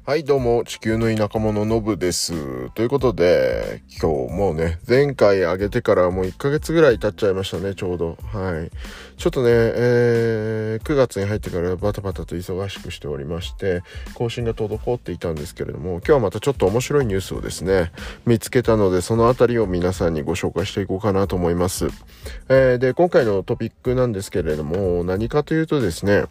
はい、どうも、地球の田舎者のぶです。ということで、今日もうね、前回上げてからもう1ヶ月ぐらい経っちゃいましたね、ちょうど。はい。ちょっとね、9月に入ってからバタバタと忙しくしておりまして、更新が滞っていたんですけれども、今日はまたちょっと面白いニュースをですね、見つけたので、そのあたりを皆さんにご紹介していこうかなと思います。で、今回のトピックなんですけれども、何かというとですね、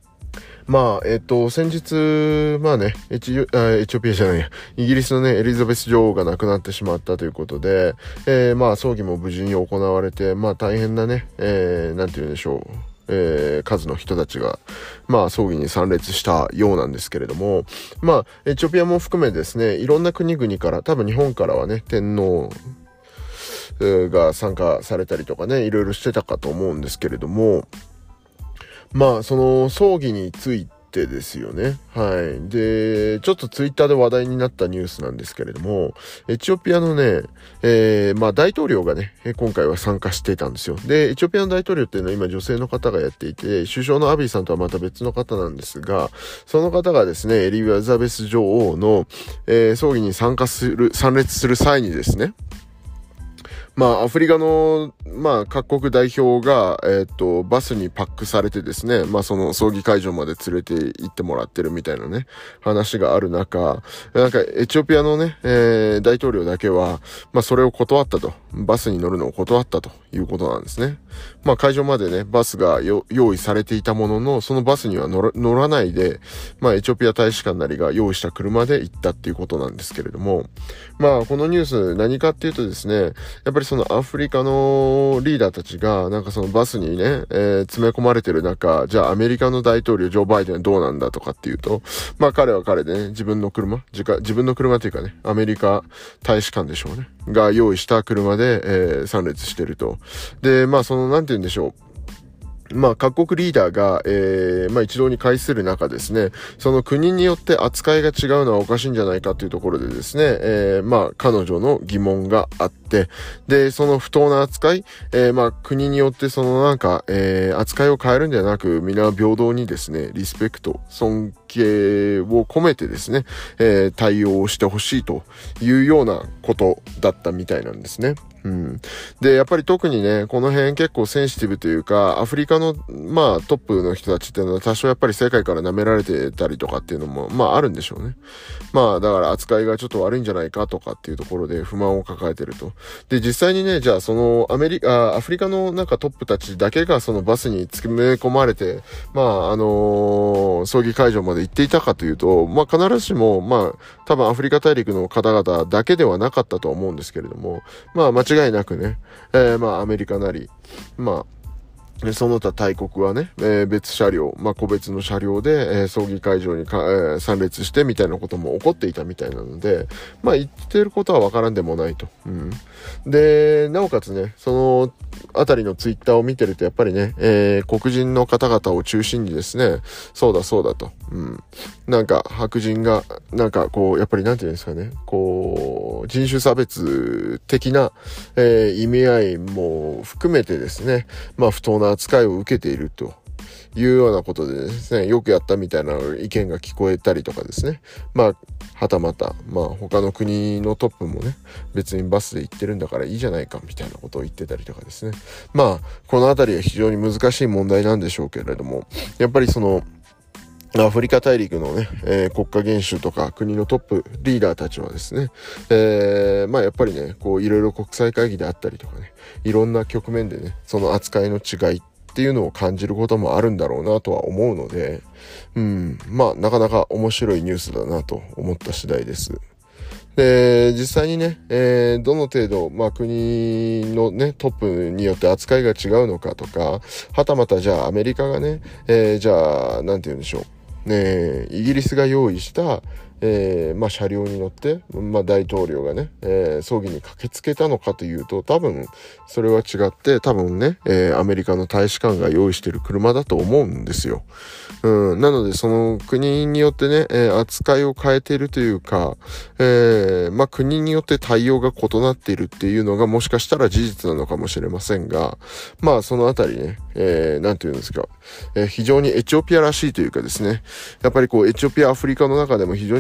先日、エチオピアじゃないや、イギリスのね、エリザベス女王が亡くなってしまったということで、葬儀も無事に行われて、大変なね、なんて言うんでしょう。数の人たちが、葬儀に参列したようなんですけれども、エチオピアも含めですね、いろんな国々から、多分日本からはね、天皇が参加されたりとかね、いろいろしてたかと思うんですけれども、その葬儀についてですよね。はい。で、ちょっとツイッターで話題になったニュースなんですけれども、エチオピアのね、大統領がね、今回は参加していたんですよ。で、エチオピアの大統領っていうのは今女性の方がやっていて、首相のアビーさんとはまた別の方なんですが、その方がですね、エリザベス女王の、葬儀に参列する際にですね、アフリカの、各国代表が、バスにパックされてですね、その葬儀会場まで連れて行ってもらってるみたいなね、話がある中、エチオピアのね、大統領だけは、それを断ったと。バスに乗るのを断ったということなんですね。会場までね、バスが用意されていたものの、そのバスには乗らないで、エチオピア大使館なりが用意した車で行ったっていうことなんですけれども、このニュース何かっていうとですね、やっぱりそのアフリカのリーダーたちがそのバスにね、詰め込まれてる中、じゃあアメリカの大統領ジョー・バイデンはどうなんだとかっていうと、彼は彼でね、自分の車というかね、アメリカ大使館でしょうね、が用意した車で、参列してると。で、なんて言うんでしょう。各国リーダーが、一堂に会する中ですね、その国によって扱いが違うのはおかしいんじゃないかというところでですね、彼女の疑問があって、で、その不当な扱い、国によってその扱いを変えるんじゃなく、皆平等にですね、リスペクト、尊敬を込めてですね、対応をしてほしいというようなことだったみたいなんですね。で、やっぱり特にね、この辺結構センシティブというか、アフリカの、トップの人たちっていうのは多少やっぱり世界から舐められてたりとかっていうのも、あるんでしょうね。だから扱いがちょっと悪いんじゃないかとかっていうところで不満を抱えてると。で、実際にね、じゃあそのアフリカのトップたちだけがそのバスに詰め込まれて、葬儀会場まで行っていたかというと、必ずしも、多分アフリカ大陸の方々だけではなかったとは思うんですけれども、間違いなくね、アメリカなり、その他大国はね、別車両、個別の車両で、葬儀会場に参列してみたいなことも起こっていたみたいなので、言ってることはわからんでもないと。で、なおかつね、そのあたりのツイッターを見てるとやっぱりね、黒人の方々を中心にですね、そうだと。白人が、やっぱりなんていうんですかね、人種差別的な、意味合いも含めてですね、不当な扱いを受けているというようなことでですね、よくやったみたいな意見が聞こえたりとかですね、はたまた、他の国のトップもね、別にバスで行ってるんだからいいじゃないかみたいなことを言ってたりとかですね、このあたりは非常に難しい問題なんでしょうけれども、やっぱりそのアフリカ大陸のね、国家元首とか国のトップリーダーたちはですね、やっぱりね、いろいろ国際会議であったりとかね、いろんな局面でね、その扱いの違いっていうのを感じることもあるんだろうなとは思うので、なかなか面白いニュースだなと思った次第です。で、実際にね、どの程度、国のね、トップによって扱いが違うのかとか、はたまたじゃあアメリカがね、じゃあ、なんて言うんでしょう。イギリスが用意した、車両に乗って、大統領がね、葬儀に駆けつけたのかというと、多分それは違って、多分ね、アメリカの大使館が用意している車だと思うんですよ。なのでその国によってね、扱いを変えているというか、国によって対応が異なっているっていうのがもしかしたら事実なのかもしれませんが、そのあたりね、なんていうんですか、非常にエチオピアらしいというかですね、やっぱりエチオピア、アフリカの中でも非常に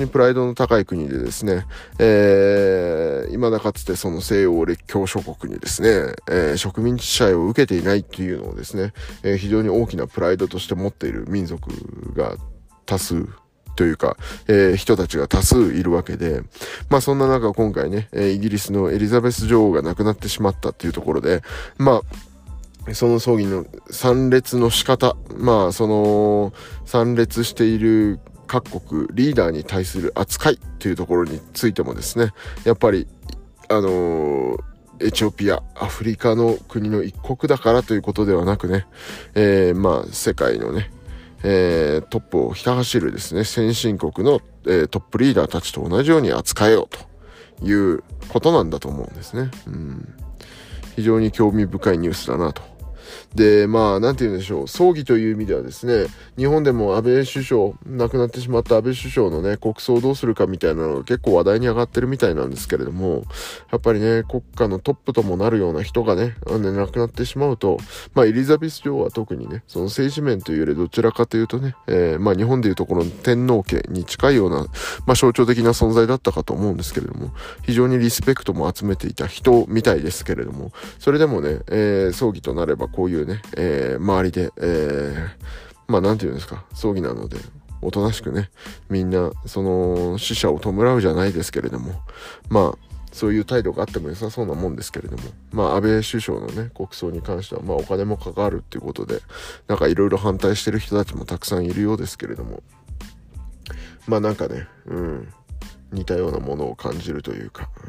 にプライドの高い国でですね、未だかつてその西洋列強諸国にですね、植民地支配を受けていないっていうのをですね、非常に大きなプライドとして持っている民族が多数というか、人たちが多数いるわけで、まあそんな中今回ね、イギリスのエリザベス女王が亡くなってしまったっていうところで、まあその葬儀の参列の仕方、まあその参列している各国リーダーに対する扱いっていうところについてもですね、やっぱりエチオピア、アフリカの国の一国だからということではなくね、まあ世界のね、トップをひた走るですね、先進国の、トップリーダーたちと同じように扱えようということなんだと思うんですね。非常に興味深いニュースだなと。で、まあ、なんて言うんでしょう。葬儀という意味ではですね、日本でも安倍首相、亡くなってしまった安倍首相のね、国葬をどうするかみたいなのが結構話題に上がってるみたいなんですけれども、やっぱりね、国家のトップともなるような人がね、亡くなってしまうと、まあ、エリザベス女王は特にね、その政治面というよりどちらかというとね、まあ、日本でいうところの天皇家に近いような、まあ、象徴的な存在だったかと思うんですけれども、非常にリスペクトも集めていた人みたいですけれども、それでもね、葬儀となればこういうね、周りで、まあなんていうんですか、葬儀なのでおとなしくね、みんなその死者を弔うじゃないですけれども、まあそういう態度があっても良さそうなもんですけれども、まあ安倍首相のね国葬に関してはまあお金もかかるっていうことで、なんかいろいろ反対してる人たちもたくさんいるようですけれども、まあなんかね、似たようなものを感じるというか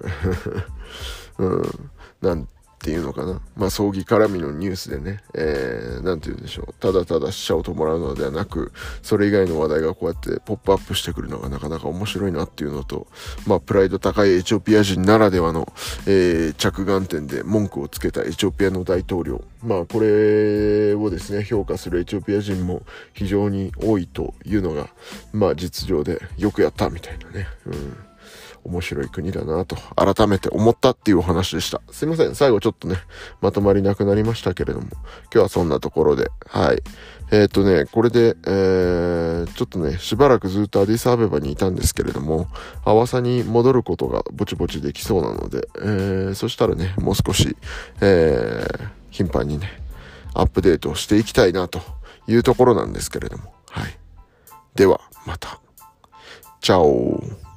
なんていうのかな、まあ葬儀絡みのニュースでね、なんていうんでしょう、ただただ死者を弔うのではなく、それ以外の話題がこうやってポップアップしてくるのがなかなか面白いなっていうのと、まあプライド高いエチオピア人ならではの、着眼点で文句をつけたエチオピアの大統領、まあこれをですね評価するエチオピア人も非常に多いというのが、まあ実情でよくやったみたいなね、面白い国だなと改めて思ったっていうお話でした。すいません、最後ちょっとねまとまりなくなりましたけれども、今日はそんなところで、はい、これで、ちょっとねしばらくずっとアディスアベバにいたんですけれども、アワサに戻ることがぼちぼちできそうなので、そしたらねもう少し、頻繁にねアップデートをしていきたいなというところなんですけれども、はい、ではまた、チャオ。